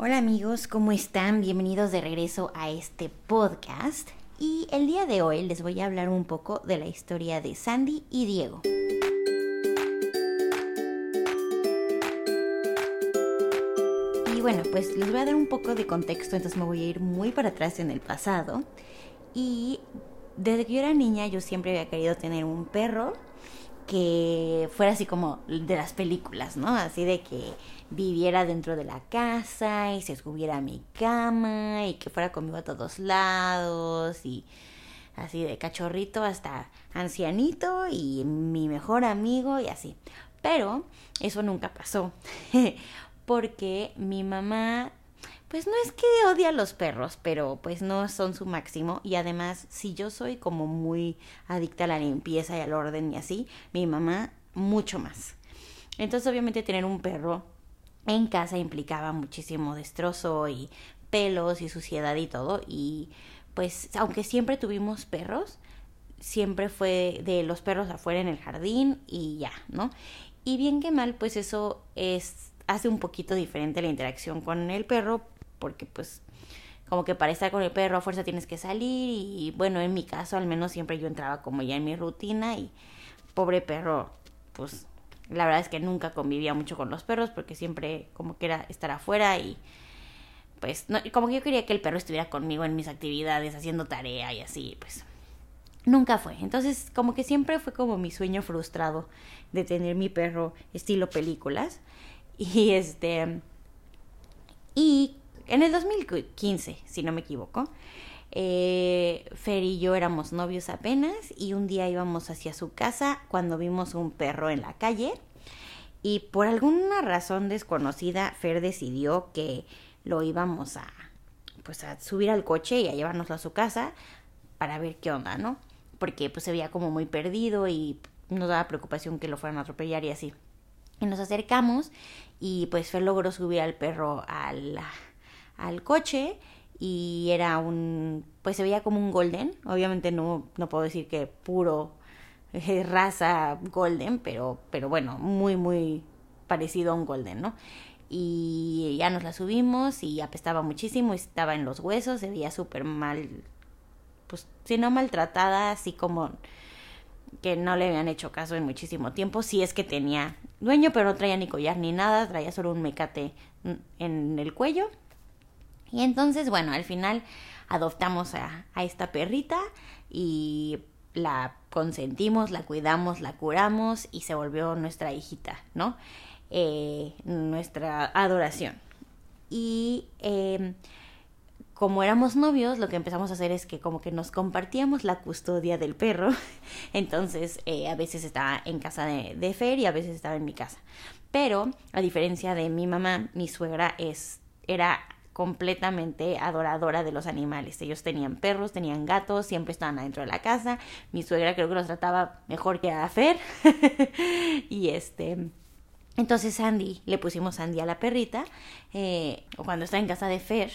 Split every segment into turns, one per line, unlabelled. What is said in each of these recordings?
Hola amigos, ¿cómo están? Bienvenidos de regreso a este podcast. Y el día de hoy les voy a hablar un poco de la historia de Sandy y Diego. Y bueno, pues les voy a dar un poco de contexto, entonces me voy a ir muy para atrás en el pasado. Y desde que yo era niña yo siempre había querido tener un perro que fuera así como de las películas, ¿no? Así de que viviera dentro de la casa y se subiera a mi cama y que fuera conmigo a todos lados y así de cachorrito hasta ancianito y mi mejor amigo y así. Pero eso nunca pasó porque mi mamá pues no es que odie a los perros, pero pues no son su máximo. Y además, si yo soy como muy adicta a la limpieza y al orden y así, mi mamá mucho más. Entonces, obviamente, tener un perro en casa implicaba muchísimo destrozo y pelos y suciedad y todo. Y pues, aunque siempre tuvimos perros, siempre fue de los perros afuera en el jardín y ya, ¿no? Y bien que mal, pues eso hace un poquito diferente la interacción con el perro, porque pues como que para estar con el perro a fuerza tienes que salir y bueno, en mi caso al menos siempre yo entraba como ya en mi rutina y pobre perro, pues la verdad es que nunca convivía mucho con los perros porque siempre como que era estar afuera y pues no, como que yo quería que el perro estuviera conmigo en mis actividades, haciendo tarea y así, pues nunca fue. Entonces como que siempre fue como mi sueño frustrado de tener mi perro estilo películas y y en el 2015, si no me equivoco, Fer y yo éramos novios apenas y un día íbamos hacia su casa cuando vimos un perro en la calle y por alguna razón desconocida Fer decidió que lo íbamos pues a subir al coche y a llevárnoslo a su casa para ver qué onda, ¿no? Porque pues se veía como muy perdido y nos daba preocupación que lo fueran a atropellar y así. Y nos acercamos y pues Fer logró subir al perro al coche y era pues se veía como un golden. Obviamente no puedo decir que puro raza golden, pero bueno, muy muy parecido a un golden, ¿no? Y ya nos la subimos y apestaba muchísimo, estaba en los huesos, se veía súper mal, pues si no maltratada, así como que no le habían hecho caso en muchísimo tiempo. Sí es que tenía dueño, pero no traía ni collar ni nada, traía solo un mecate en el cuello. Y entonces, bueno, al final adoptamos a esta perrita y la consentimos, la cuidamos, la curamos y se volvió nuestra hijita, ¿no? Nuestra adoración. Y como éramos novios, lo que empezamos a hacer es que como que nos compartíamos la custodia del perro. Entonces, a veces estaba en casa de Fer y a veces estaba en mi casa. Pero, a diferencia de mi mamá, mi suegra era completamente adoradora de los animales. Ellos tenían perros, tenían gatos, siempre estaban adentro de la casa. Mi suegra creo que los trataba mejor que a Fer. Y entonces le pusimos Sandy a la perrita. Cuando estaba en casa de Fer,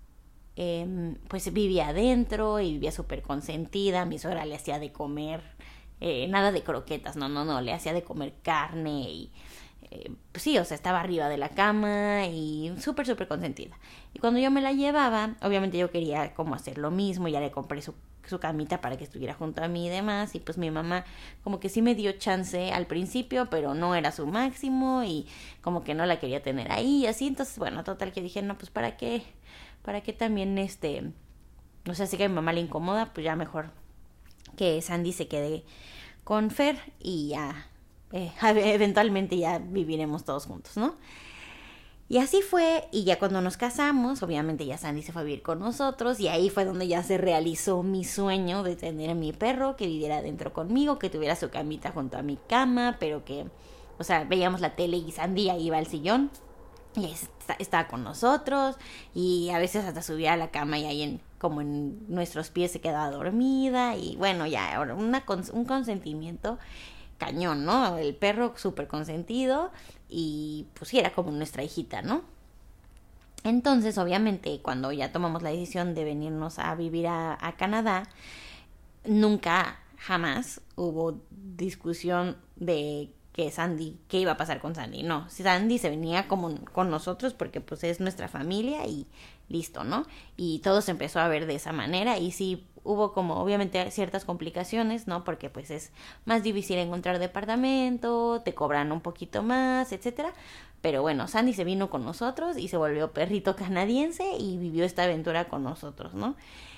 pues vivía adentro y vivía súper consentida. Mi suegra le hacía de comer, nada de croquetas, no, le hacía de comer carne y pues sí, o sea, estaba arriba de la cama y súper, súper consentida. Y cuando yo me la llevaba, obviamente yo quería como hacer lo mismo, ya le compré su camita para que estuviera junto a mí y demás, y pues mi mamá como que sí me dio chance al principio, pero no era su máximo y como que no la quería tener ahí y así. Entonces, bueno, total que dije, no, pues ¿para qué también no sé, si que a mi mamá le incomoda, pues ya mejor que Sandy se quede con Fer y ya eventualmente ya viviremos todos juntos, ¿no? Y así fue, y ya cuando nos casamos, obviamente ya Sandy se fue a vivir con nosotros y ahí fue donde ya se realizó mi sueño de tener a mi perro que viviera dentro conmigo, que tuviera su camita junto a mi cama, pero que, o sea, veíamos la tele y Sandy ahí iba al sillón y estaba con nosotros y a veces hasta subía a la cama y ahí como en nuestros pies se quedaba dormida y bueno, ya un consentimiento cañón, ¿no? El perro súper consentido y pues sí, era como nuestra hijita, ¿no? Entonces, obviamente, cuando ya tomamos la decisión de venirnos a vivir a Canadá, nunca, jamás hubo discusión de que Sandy, qué iba a pasar con Sandy. No, Sandy se venía como con nosotros porque pues es nuestra familia y listo, ¿no? Y todo se empezó a ver de esa manera y sí hubo como obviamente ciertas complicaciones, ¿no? Porque pues es más difícil encontrar departamento, te cobran un poquito más, etcétera. Pero bueno, Sandy se vino con nosotros y se volvió perrito canadiense y vivió esta aventura con nosotros, ¿no?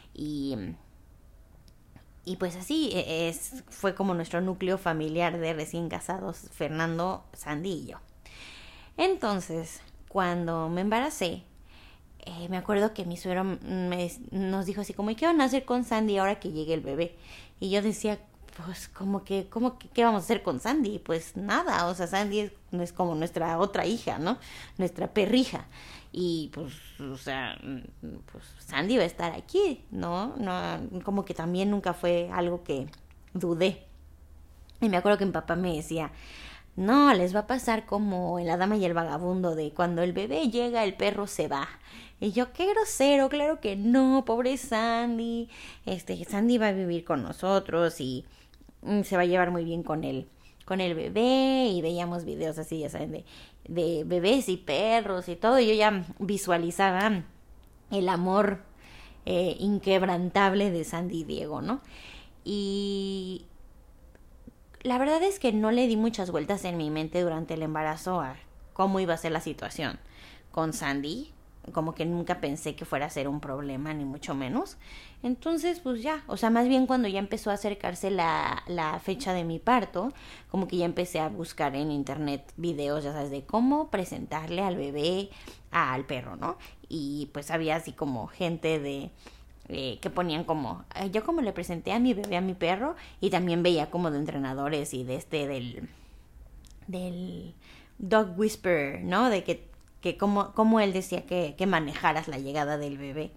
Y pues así fue como nuestro núcleo familiar de recién casados, Fernando, Sandy y yo. Entonces, cuando me embaracé, me acuerdo que mi suegro nos dijo así como, ¿y qué van a hacer con Sandy ahora que llegue el bebé? Y yo decía, pues como que, ¿qué vamos a hacer con Sandy? Pues nada, o sea, Sandy es como nuestra otra hija, ¿no? Nuestra perrija. Y pues, o sea, pues Sandy va a estar aquí, ¿no? No, como que también nunca fue algo que dudé. Y me acuerdo que mi papá me decía, no, les va a pasar como en La Dama y el Vagabundo, de cuando el bebé llega, el perro se va. Y yo, qué grosero, claro que no, pobre Sandy. Sandy va a vivir con nosotros y se va a llevar muy bien con el bebé. Y veíamos videos así, ya saben, de bebés y perros y todo. Y yo ya visualizaba el amor inquebrantable de Sandy y Diego, ¿no? Y la verdad es que no le di muchas vueltas en mi mente durante el embarazo a cómo iba a ser la situación con Sandy. Como que nunca pensé que fuera a ser un problema, ni mucho menos. Entonces, pues ya, o sea, más bien cuando ya empezó a acercarse la fecha de mi parto, como que ya empecé a buscar en internet videos, ya sabes, de cómo presentarle al bebé al perro, ¿no? Y pues había así como gente que ponían como, yo como le presenté a mi bebé a mi perro, y también veía como de entrenadores y del dog whisperer, ¿no? De que como él decía que manejaras la llegada del bebé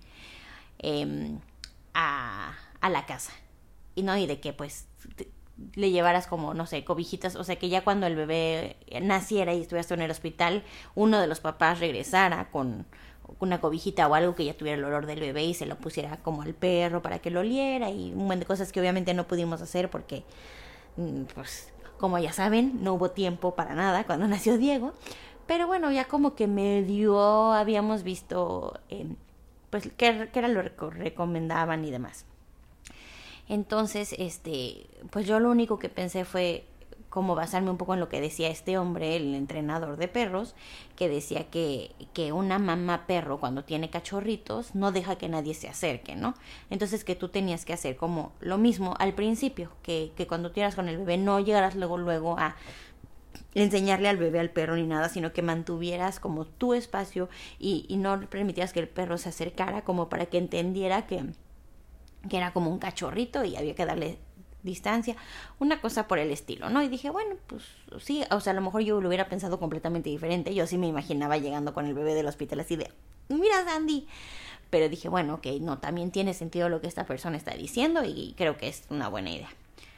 a la casa. Y no, y de que pues le llevaras como, no sé, cobijitas, o sea, que ya cuando el bebé naciera y estuviera en el hospital, uno de los papás regresara con una cobijita o algo que ya tuviera el olor del bebé y se lo pusiera como al perro para que lo oliera, y un montón de cosas que obviamente no pudimos hacer porque, pues, como ya saben, no hubo tiempo para nada cuando nació Diego. Pero bueno, ya como que medio habíamos visto, pues, qué era lo que recomendaban y demás. Entonces, pues yo lo único que pensé fue como basarme un poco en lo que decía este hombre, el entrenador de perros, que decía que una mamá perro cuando tiene cachorritos no deja que nadie se acerque, ¿no? Entonces que tú tenías que hacer como lo mismo al principio, que cuando tuvieras con el bebé no llegaras luego a enseñarle al bebé al perro ni nada, sino que mantuvieras como tu espacio y no permitieras que el perro se acercara, como para que entendiera que era como un cachorrito y había que darle distancia, una cosa por el estilo, ¿no? Y dije, bueno, pues sí, o sea, a lo mejor yo lo hubiera pensado completamente diferente. Yo sí me imaginaba llegando con el bebé del hospital así de, mira Sandy. Pero dije, bueno, ok, no, también tiene sentido lo que esta persona está diciendo y creo que es una buena idea.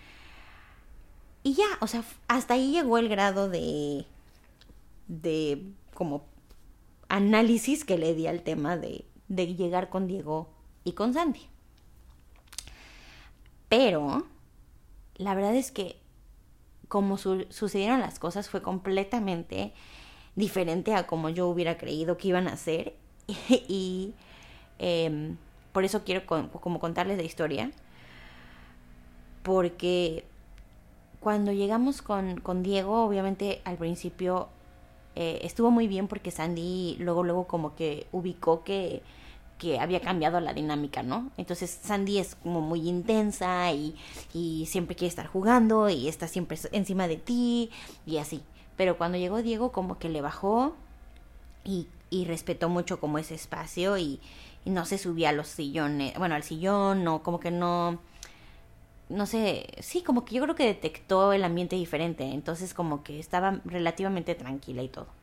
Y ya, o sea, hasta ahí llegó el grado de como análisis que le di al tema de llegar con Diego y con Sandy. Pero la verdad es que como sucedieron las cosas fue completamente diferente a como yo hubiera creído que iban a ser. Y por eso quiero como contarles la historia. Porque cuando llegamos con Diego, obviamente al principio estuvo muy bien porque Sandy luego como que ubicó que había cambiado la dinámica, ¿no? Entonces Sandy es como muy intensa y siempre quiere estar jugando y está siempre encima de ti y así. Pero cuando llegó Diego como que le bajó y respetó mucho como ese espacio y no se subía a los sillones, bueno, al sillón, no, como que no sé, sí, como que yo creo que detectó el ambiente diferente, entonces como que estaba relativamente tranquila y todo.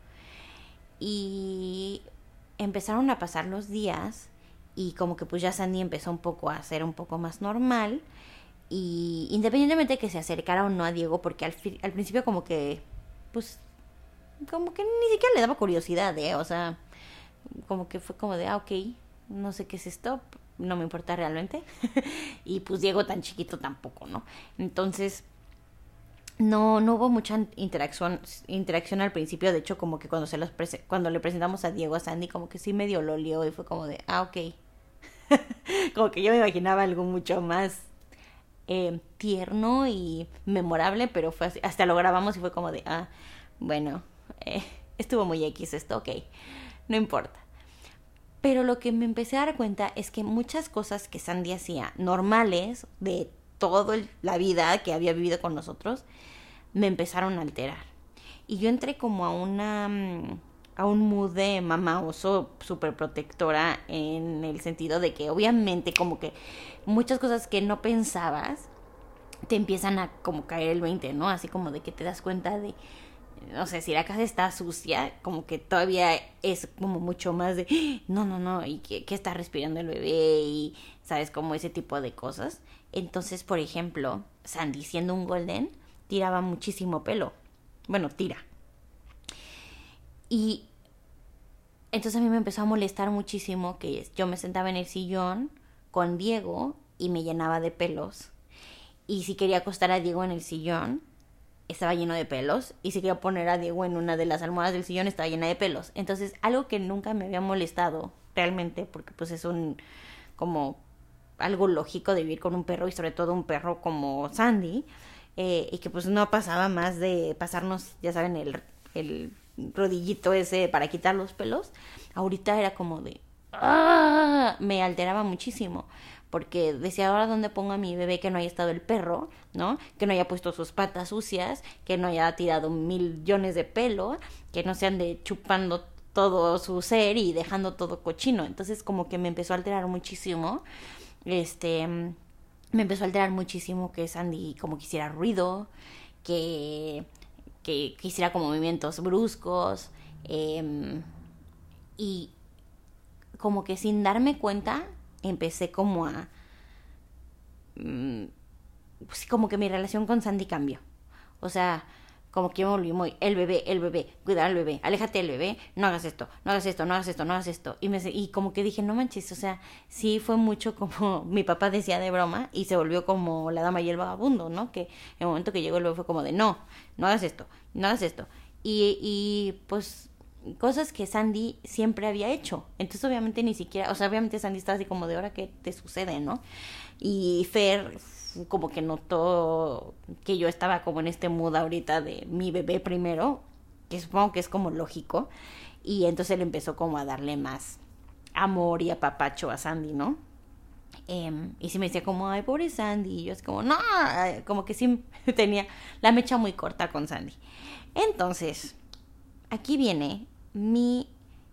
Y empezaron a pasar los días y como que pues ya Sandy empezó un poco a ser un poco más normal, y independientemente de que se acercara o no a Diego, porque al principio como que pues como que ni siquiera le daba curiosidad, o sea, como que fue como de ok, no sé qué es esto, no me importa realmente. Y pues Diego tan chiquito tampoco, ¿no? Entonces no hubo mucha interacción al principio. De hecho, como que cuando le presentamos a Diego, a Sandy, como que sí medio lo lió y fue como de, ok. Como que yo me imaginaba algo mucho más tierno y memorable, pero fue así, hasta lo grabamos y fue como de, bueno, estuvo muy X esto, ok, no importa. Pero lo que me empecé a dar cuenta es que muchas cosas que Sandy hacía normales de toda la vida que había vivido con nosotros me empezaron a alterar. Y yo entré como a un mood de mamá oso súper protectora, en el sentido de que obviamente como que muchas cosas que no pensabas te empiezan a como caer el 20, ¿no? Así como de que te das cuenta de, no sé, si la casa está sucia, como que todavía es como mucho más de, no, y que está respirando el bebé y, ¿sabes? Como ese tipo de cosas. Entonces, por ejemplo, Sandy, siendo un golden, tiraba muchísimo pelo. Bueno, tira. Y entonces a mí me empezó a molestar muchísimo que yo me sentaba en el sillón con Diego y me llenaba de pelos. Y si quería acostar a Diego en el sillón, estaba lleno de pelos. Y si quería poner a Diego en una de las almohadas del sillón, estaba llena de pelos. Entonces, algo que nunca me había molestado realmente, porque pues es como algo lógico de vivir con un perro, y sobre todo un perro como Sandy, y que pues no pasaba más de pasarnos, ya saben, el rodillito ese para quitar los pelos. Ahorita era como de, me alteraba muchísimo, porque decía, ahora dónde pongo a mi bebé que no haya estado el perro, ¿no? Que no haya puesto sus patas sucias, que no haya tirado millones de pelo, que no se ande chupando todo su ser y dejando todo cochino. Entonces como que me empezó a alterar muchísimo, me empezó a alterar muchísimo que Sandy como que hiciera ruido, que hiciera como movimientos bruscos, y como que sin darme cuenta empecé como a, pues como que mi relación con Sandy cambió. O sea, como que yo me volví muy, el bebé, cuidar al bebé, aléjate del bebé, no hagas esto, no hagas esto, no hagas esto, no hagas esto. Y como que dije, no manches, o sea, sí fue mucho como mi papá decía de broma, y se volvió como la dama y el vagabundo, ¿no? Que en el momento que llegó el bebé fue como de, no hagas esto, no hagas esto. Y pues cosas que Sandy siempre había hecho. Entonces obviamente ni siquiera, o sea, obviamente Sandy estaba así como de, ahora qué te sucede, ¿no? Y Fer como que notó que yo estaba como en este mood ahorita de mi bebé primero, que supongo que es como lógico, y entonces él empezó como a darle más amor y apapacho a Sandy, ¿no? Y sí me decía como, ay, pobre Sandy, y yo es como, no, como que sí tenía la mecha muy corta con Sandy. Entonces, aquí viene mi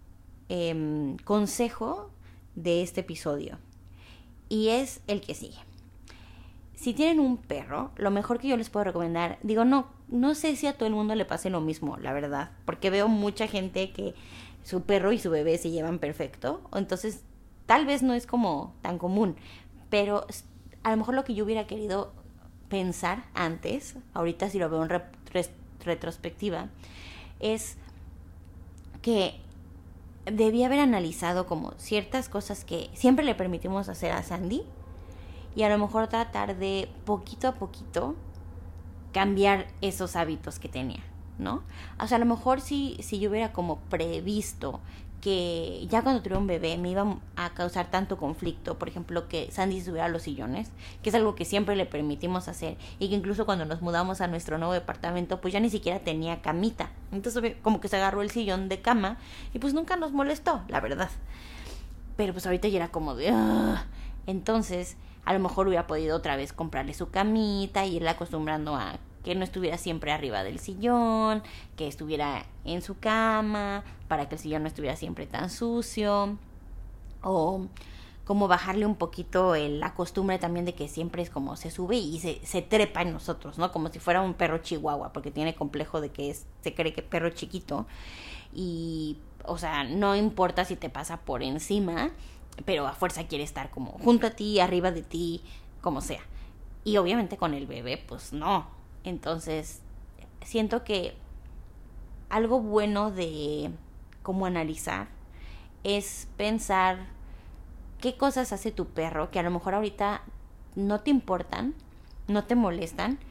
consejo de este episodio, y es el que sigue. Si tienen un perro, lo mejor que yo les puedo recomendar, digo, no sé si a todo el mundo le pase lo mismo, la verdad, porque veo mucha gente que su perro y su bebé se llevan perfecto, entonces tal vez no es como tan común, pero a lo mejor lo que yo hubiera querido pensar antes, ahorita si lo veo en retrospectiva, es que debía haber analizado como ciertas cosas que siempre le permitimos hacer a Sandy, y a lo mejor tratar de poquito a poquito cambiar esos hábitos que tenía, ¿no? O sea, a lo mejor si yo hubiera como previsto que ya cuando tuviera un bebé me iba a causar tanto conflicto, por ejemplo, que Sandy subiera a los sillones, que es algo que siempre le permitimos hacer, y que incluso cuando nos mudamos a nuestro nuevo departamento, pues ya ni siquiera tenía camita. Entonces como que se agarró el sillón de cama y pues nunca nos molestó, la verdad. Pero pues ahorita ya era como de... Entonces a lo mejor hubiera podido otra vez comprarle su camita y irle acostumbrando a que no estuviera siempre arriba del sillón, que estuviera en su cama, para que el sillón no estuviera siempre tan sucio, o como bajarle un poquito la costumbre también de que siempre es como se sube y se trepa en nosotros, ¿no? Como si fuera un perro chihuahua, porque tiene complejo de que se cree que es perro chiquito, y, o sea, no importa si te pasa por encima, pero a fuerza quiere estar como junto a ti, arriba de ti, como sea. Y obviamente con el bebé, pues no. Entonces, siento que algo bueno de como analizar es pensar qué cosas hace tu perro que a lo mejor ahorita no te importan, no te molestan,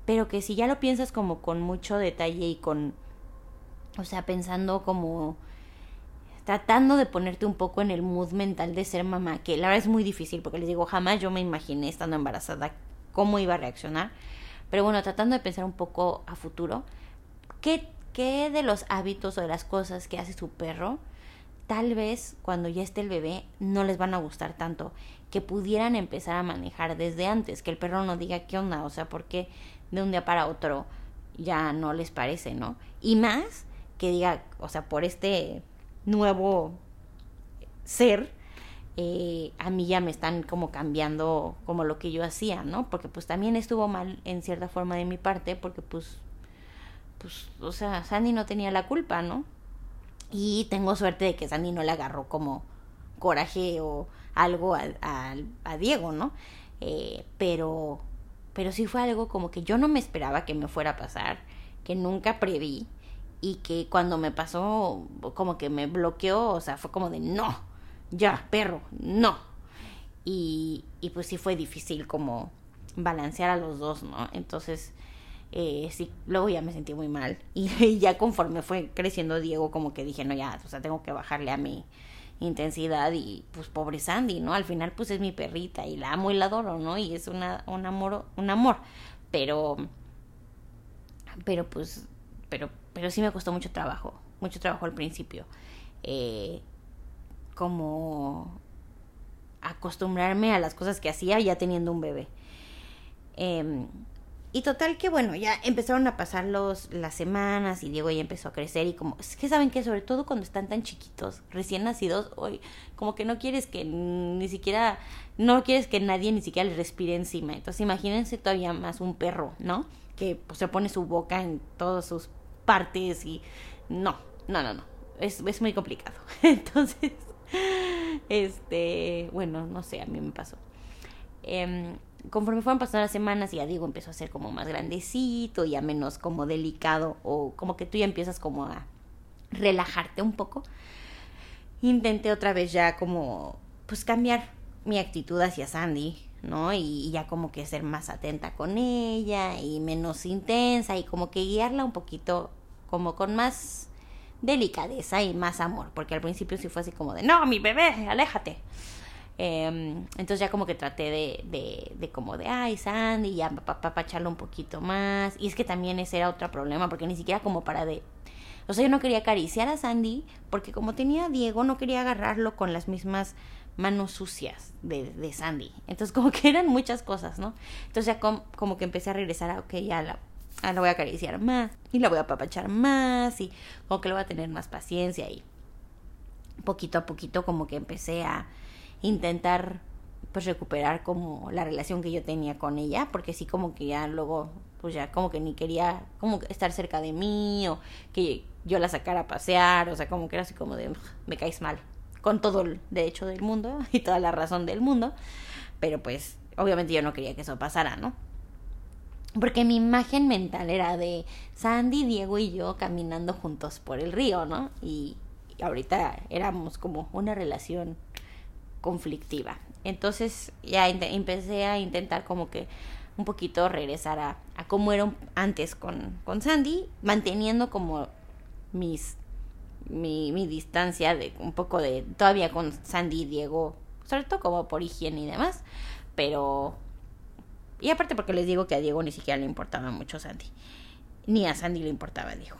pero que si ya lo piensas como con mucho detalle y o sea, pensando como tratando de ponerte un poco en el mood mental de ser mamá, que la verdad es muy difícil, porque les digo, jamás yo me imaginé estando embarazada cómo iba a reaccionar, pero bueno, tratando de pensar un poco a futuro, ¿qué de los hábitos o de las cosas que hace su perro, tal vez cuando ya esté el bebé no les van a gustar tanto, que pudieran empezar a manejar desde antes, que el perro no diga qué onda, o sea, porque de un día para otro ya no les parece, ¿no? Y más que diga, o sea, por este nuevo ser, a mí ya me están como cambiando como lo que yo hacía, ¿no? Porque pues también estuvo mal en cierta forma de mi parte, porque pues, o sea, Sandy no tenía la culpa, ¿no? Y tengo suerte de que Sandy no le agarró como coraje o algo a Diego, ¿no? Pero sí fue algo como que yo no me esperaba que me fuera a pasar, que nunca preví, y que cuando me pasó como que me bloqueó, o sea, fue como de no, ya, perro, no. Y pues sí fue difícil como balancear a los dos, ¿no? Entonces, sí, luego ya me sentí muy mal. Y ya conforme fue creciendo Diego, como que dije, no, ya, o sea, tengo que bajarle a mi intensidad. Y pues pobre Sandy, ¿no? Al final pues es mi perrita y la amo y la adoro, ¿no? Y es un amor. Pero pues, pero sí me costó mucho trabajo al principio. Como acostumbrarme a las cosas que hacía ya teniendo un bebé. Y total que bueno, ya empezaron a pasar las semanas y Diego ya empezó a crecer y como, es que saben que sobre todo cuando están tan chiquitos, recién nacidos, hoy como que no quieres que no quieres que nadie ni siquiera les respire encima. Entonces imagínense todavía más un perro, ¿no? Que pues, se pone su boca en todas sus partes y no. Es muy complicado. Entonces, bueno, no sé, a mí me pasó. Conforme fueron pasando las semanas y ya Diego empezó a ser como más grandecito, ya menos como delicado, o como que tú ya empiezas como a relajarte un poco, intenté otra vez ya como pues cambiar mi actitud hacia Sandy, ¿no? Y ya como que ser más atenta con ella y menos intensa y como que guiarla un poquito como con más delicadeza y más amor, porque al principio sí fue así como de no, mi bebé, aléjate. Entonces ya como que traté de como de ay Sandy, ya papacharlo un poquito más. Y es que también ese era otro problema, porque ni siquiera como o sea, yo no quería acariciar a Sandy porque como tenía a Diego no quería agarrarlo con las mismas manos sucias de Sandy. Entonces como que eran muchas cosas, ¿no? Entonces ya como que empecé a regresar a ok, ya la voy a acariciar más y la voy a apapachar más y como que le voy a tener más paciencia. Y poquito a poquito como que empecé a intentar pues recuperar como la relación que yo tenía con ella, porque sí como que ya luego pues ya como que ni quería como estar cerca de mí o que yo la sacara a pasear, o sea, como que era así como de me caes mal, con todo el derecho del mundo y toda la razón del mundo, pero pues obviamente yo no quería que eso pasara, ¿no? Porque mi imagen mental era de Sandy, Diego y yo caminando juntos por el río, ¿no? Y ahorita éramos como una relación conflictiva. Entonces ya empecé a intentar como que un poquito regresar a cómo era antes con Sandy, manteniendo como mi distancia de un poco de todavía con Sandy y Diego, sobre todo como por higiene y demás, pero y aparte porque les digo que a Diego ni siquiera le importaba mucho Sandy, ni a Sandy le importaba Diego.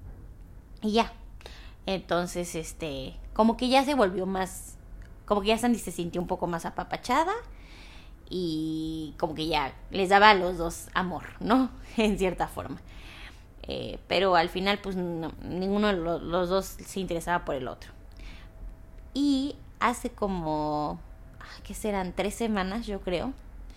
Y ya, entonces como que ya se volvió más, como que ya Sandy se sintió un poco más apapachada y como que ya les daba a los dos amor, ¿no? En cierta forma. Pero al final pues no, ninguno de los dos se interesaba por el otro. Y hace como, ¿qué serán? 3 semanas yo creo,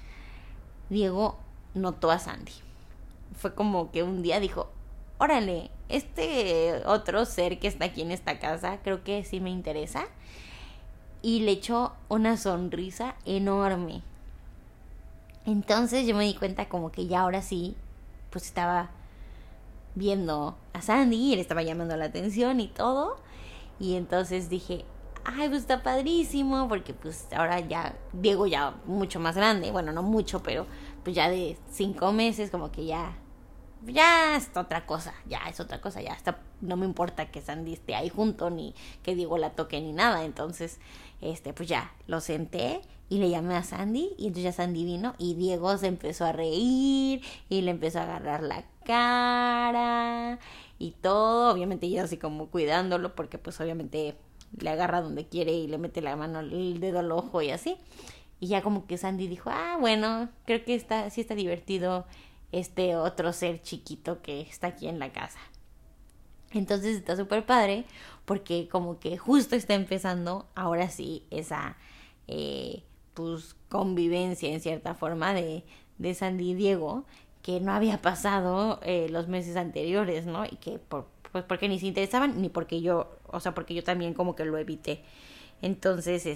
Diego notó a Sandy. Fue como que un día dijo, órale, este otro ser que está aquí en esta casa creo que sí me interesa. Y le echó una sonrisa enorme. Entonces yo me di cuenta como que ya ahora sí pues estaba viendo a Sandy y le estaba llamando la atención y todo. Y entonces dije, ay, pues está padrísimo, porque pues ahora ya Diego ya mucho más grande, bueno, no mucho, pero pues ya de 5 meses, como que ya es otra cosa, ya hasta no me importa que Sandy esté ahí junto, ni que Diego la toque, ni nada. Entonces, pues ya, lo senté y le llamé a Sandy, y entonces ya Sandy vino y Diego se empezó a reír y le empezó a agarrar la cara y todo, obviamente yo así como cuidándolo, porque pues obviamente le agarra donde quiere y le mete la mano, el dedo al ojo y así. Y ya como que Sandy dijo, bueno, creo que sí está divertido este otro ser chiquito que está aquí en la casa. Entonces está súper padre, porque como que justo está empezando ahora sí esa pues convivencia en cierta forma de Sandy y Diego, que no había pasado los meses anteriores, ¿no? Y que pues porque ni se interesaban, ni porque yo, o sea, porque yo también como que lo evité. Entonces,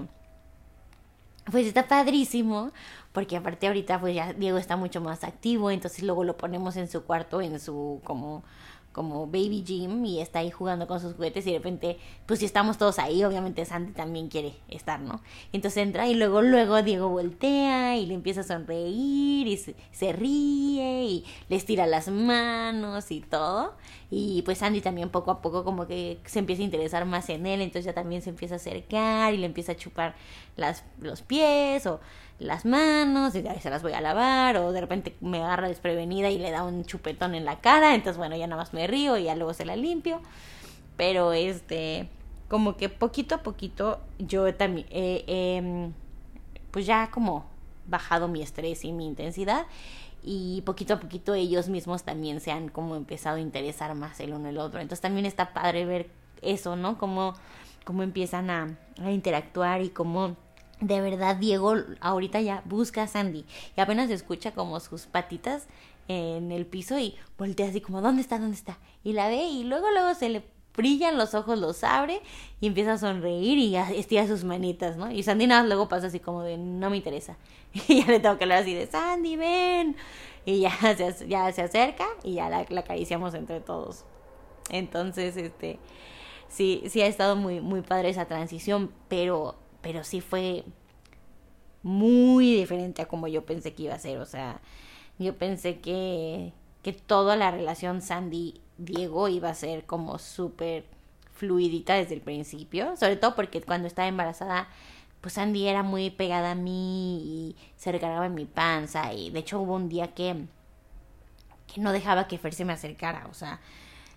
pues está padrísimo, porque aparte ahorita pues ya Diego está mucho más activo, entonces luego lo ponemos en su cuarto, en su como baby gym, y está ahí jugando con sus juguetes, y de repente, pues si estamos todos ahí, obviamente Sandy también quiere estar, ¿no? Entonces entra y luego Diego voltea y le empieza a sonreír y se ríe y le estira las manos y todo. Y pues Sandy también poco a poco como que se empieza a interesar más en él, entonces ya también se empieza a acercar y le empieza a chupar los pies o las manos, y ya se las voy a lavar, o de repente me agarra desprevenida y le da un chupetón en la cara, entonces bueno, ya nada más me río y ya luego se la limpio. Pero como que poquito a poquito yo también pues ya como bajado mi estrés y mi intensidad, y poquito a poquito ellos mismos también se han como empezado a interesar más el uno el otro. Entonces también está padre ver eso, ¿no? Cómo empiezan a interactuar, y cómo de verdad Diego ahorita ya busca a Sandy y apenas escucha como sus patitas en el piso y voltea así como ¿dónde está? Y la ve, y luego se le brillan los ojos, los abre y empieza a sonreír y ya estira sus manitas, ¿no? Y Sandy nada más luego pasa así como de no me interesa, y ya le tengo que hablar así de Sandy, ven, y ya se acerca y ya la acariciamos entre todos. Entonces sí ha estado muy muy padre esa transición, pero sí fue muy diferente a como yo pensé que iba a ser. O sea, yo pensé que toda la relación Sandy-Diego iba a ser como súper fluidita desde el principio, sobre todo porque cuando estaba embarazada, pues Sandy era muy pegada a mí y se recargaba en mi panza, y de hecho hubo un día que no dejaba que Fer se me acercara, o sea,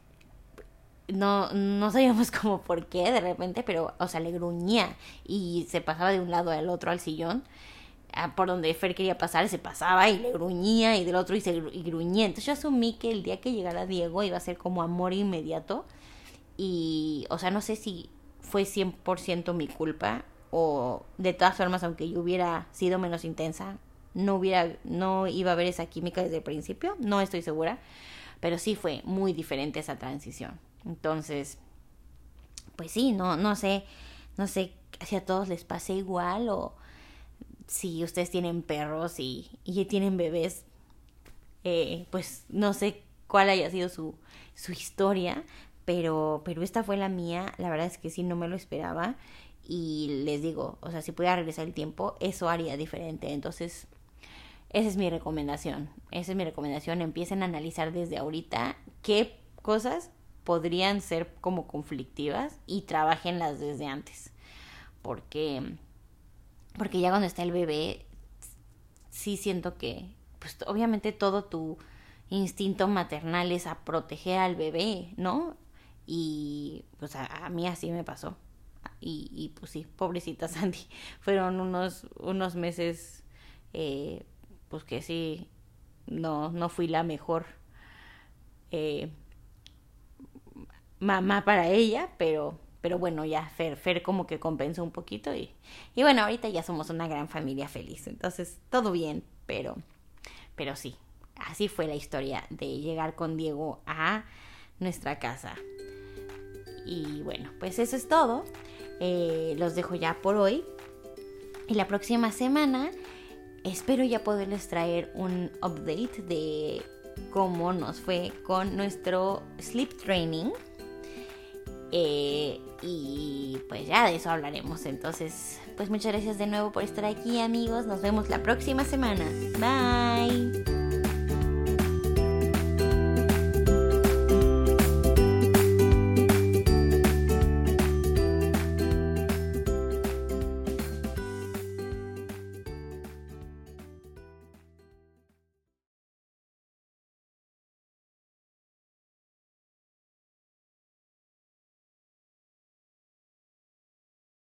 no sabíamos como por qué de repente, pero, o sea, le gruñía y se pasaba de un lado al otro al sillón, por donde Fer quería pasar, se pasaba y le gruñía, y del otro y gruñía. Entonces yo asumí que el día que llegara Diego iba a ser como amor inmediato, y, o sea, no sé si fue 100% mi culpa, o de todas formas, aunque yo hubiera sido menos intensa, no iba a haber esa química desde el principio, no estoy segura, pero sí fue muy diferente esa transición. Entonces, pues sí, no sé si a todos les pase igual, o si ustedes tienen perros y tienen bebés, pues no sé cuál haya sido su historia, pero esta fue la mía. La verdad es que sí, no me lo esperaba, y les digo, o sea, si pudiera regresar el tiempo, eso haría diferente. Entonces, esa es mi recomendación, empiecen a analizar desde ahorita qué cosas podrían ser como conflictivas y trabajenlas desde antes, porque ya cuando está el bebé sí siento que pues obviamente todo tu instinto maternal es a proteger al bebé, ¿no? Y pues a mí así me pasó, y pues sí, pobrecita Sandy, fueron unos meses pues que sí, no fui la mejor mamá para ella, pero bueno, ya Fer como que compensó un poquito, y bueno, ahorita ya somos una gran familia feliz, entonces todo bien, pero sí, así fue la historia de llegar con Diego a nuestra casa. Y bueno, pues eso es todo. Los dejo ya por hoy, y la próxima semana espero ya poderles traer un update de cómo nos fue con nuestro sleep training. Y pues ya de eso hablaremos. Entonces, pues muchas gracias de nuevo por estar aquí, amigos. Nos vemos la próxima semana. Bye.